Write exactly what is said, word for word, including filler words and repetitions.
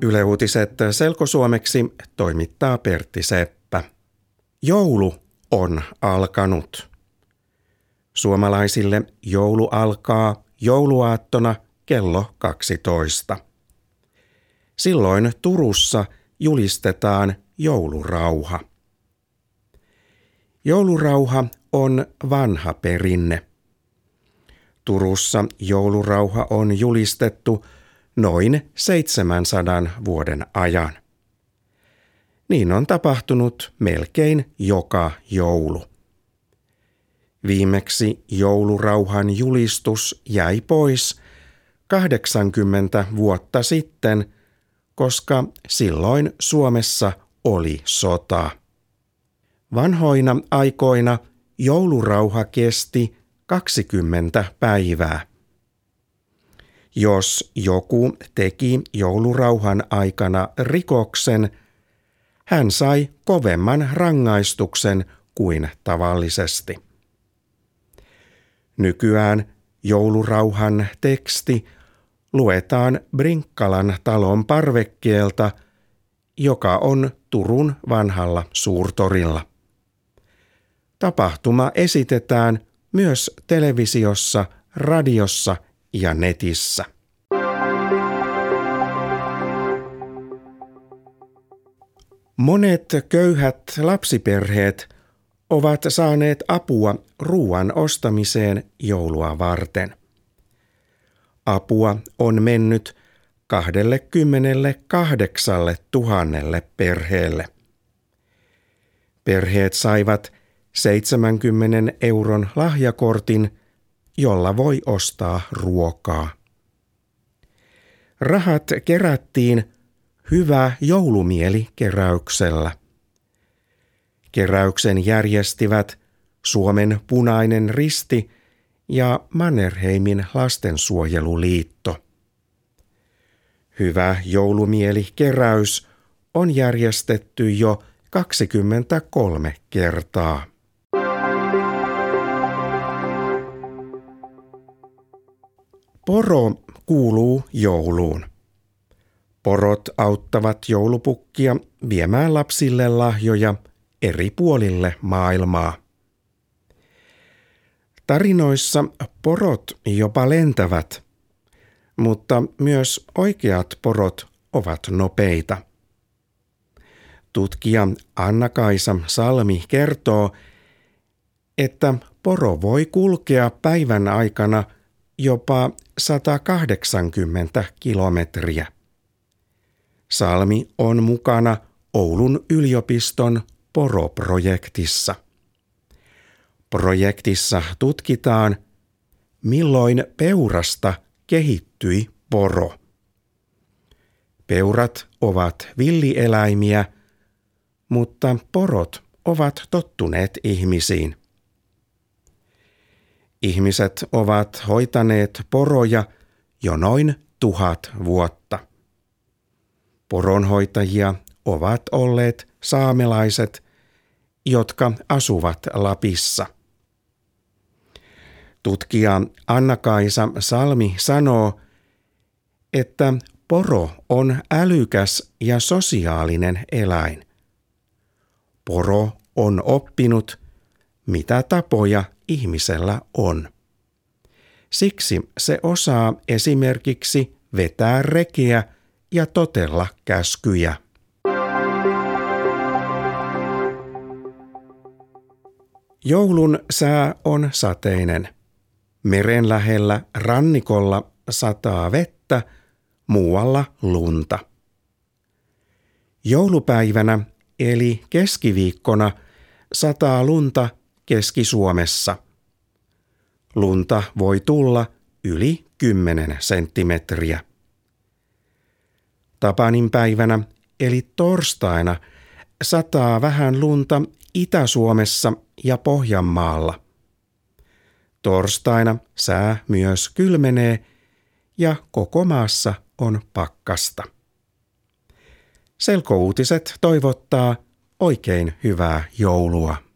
Yle Uutiset selkosuomeksi toimittaa Pertti Seppä. Joulu on alkanut. Suomalaisille joulu alkaa jouluaattona kello kaksitoista. Silloin Turussa julistetaan joulurauha. Joulurauha on vanha perinne. Turussa joulurauha on julistettu noin seitsemänsadan vuoden ajan. Niin on tapahtunut melkein joka joulu. Viimeksi joulurauhan julistus jäi pois kahdeksankymmentä vuotta sitten, koska silloin Suomessa oli sota. Vanhoina aikoina joulurauha kesti kaksikymmentä päivää. Jos joku teki joulurauhan aikana rikoksen, hän sai kovemman rangaistuksen kuin tavallisesti. Nykyään joulurauhan teksti luetaan Brinkkalan talon parvekkeelta, joka on Turun vanhalla suurtorilla. Tapahtuma esitetään myös televisiossa, radiossa ja netissä. Monet köyhät lapsiperheet ovat saaneet apua ruoan ostamiseen joulua varten. Apua on mennyt kaksikymmentäkahdeksan tuhannelle perheelle. Perheet saivat seitsemänkymmenen euron lahjakortin, jolla voi ostaa ruokaa. Rahat kerättiin Hyvä joulumieli -keräyksellä. Keräyksen järjestivät Suomen Punainen Risti ja Mannerheimin lastensuojeluliitto. Hyvä joulumieli -keräys on järjestetty jo kaksikymmentäkolme kertaa. Poro kuuluu jouluun. Porot auttavat joulupukkia viemään lapsille lahjoja eri puolille maailmaa. Tarinoissa porot jopa lentävät, mutta myös oikeat porot ovat nopeita. Tutkija Anna-Kaisa Salmi kertoo, että poro voi kulkea päivän aikana jopa sata kahdeksankymmentä kilometriä. Salmi on mukana Oulun yliopiston poroprojektissa. Projektissa tutkitaan, milloin peurasta kehittyi poro. Peurat ovat villieläimiä, mutta porot ovat tottuneet ihmisiin. Ihmiset ovat hoitaneet poroja jo noin tuhat vuotta. Poronhoitajia ovat olleet saamelaiset, jotka asuvat Lapissa. Tutkija Anna-Kaisa Salmi sanoo, että poro on älykäs ja sosiaalinen eläin. Poro on oppinut, mitä tapoja ihmisellä on. Siksi se osaa esimerkiksi vetää rekeä ja totella käskyjä. Joulun sää on sateinen. Meren lähellä rannikolla sataa vettä, muualla lunta. Joulupäivänä eli keskiviikkona sataa lunta Keski-Suomessa. Lunta voi tulla yli kymmenen senttimetriä. Tapaninpäivänä eli torstaina sataa vähän lunta Itä-Suomessa ja Pohjanmaalla. Torstaina sää myös kylmenee ja koko maassa on pakkasta. Selkouutiset toivottaa oikein hyvää joulua.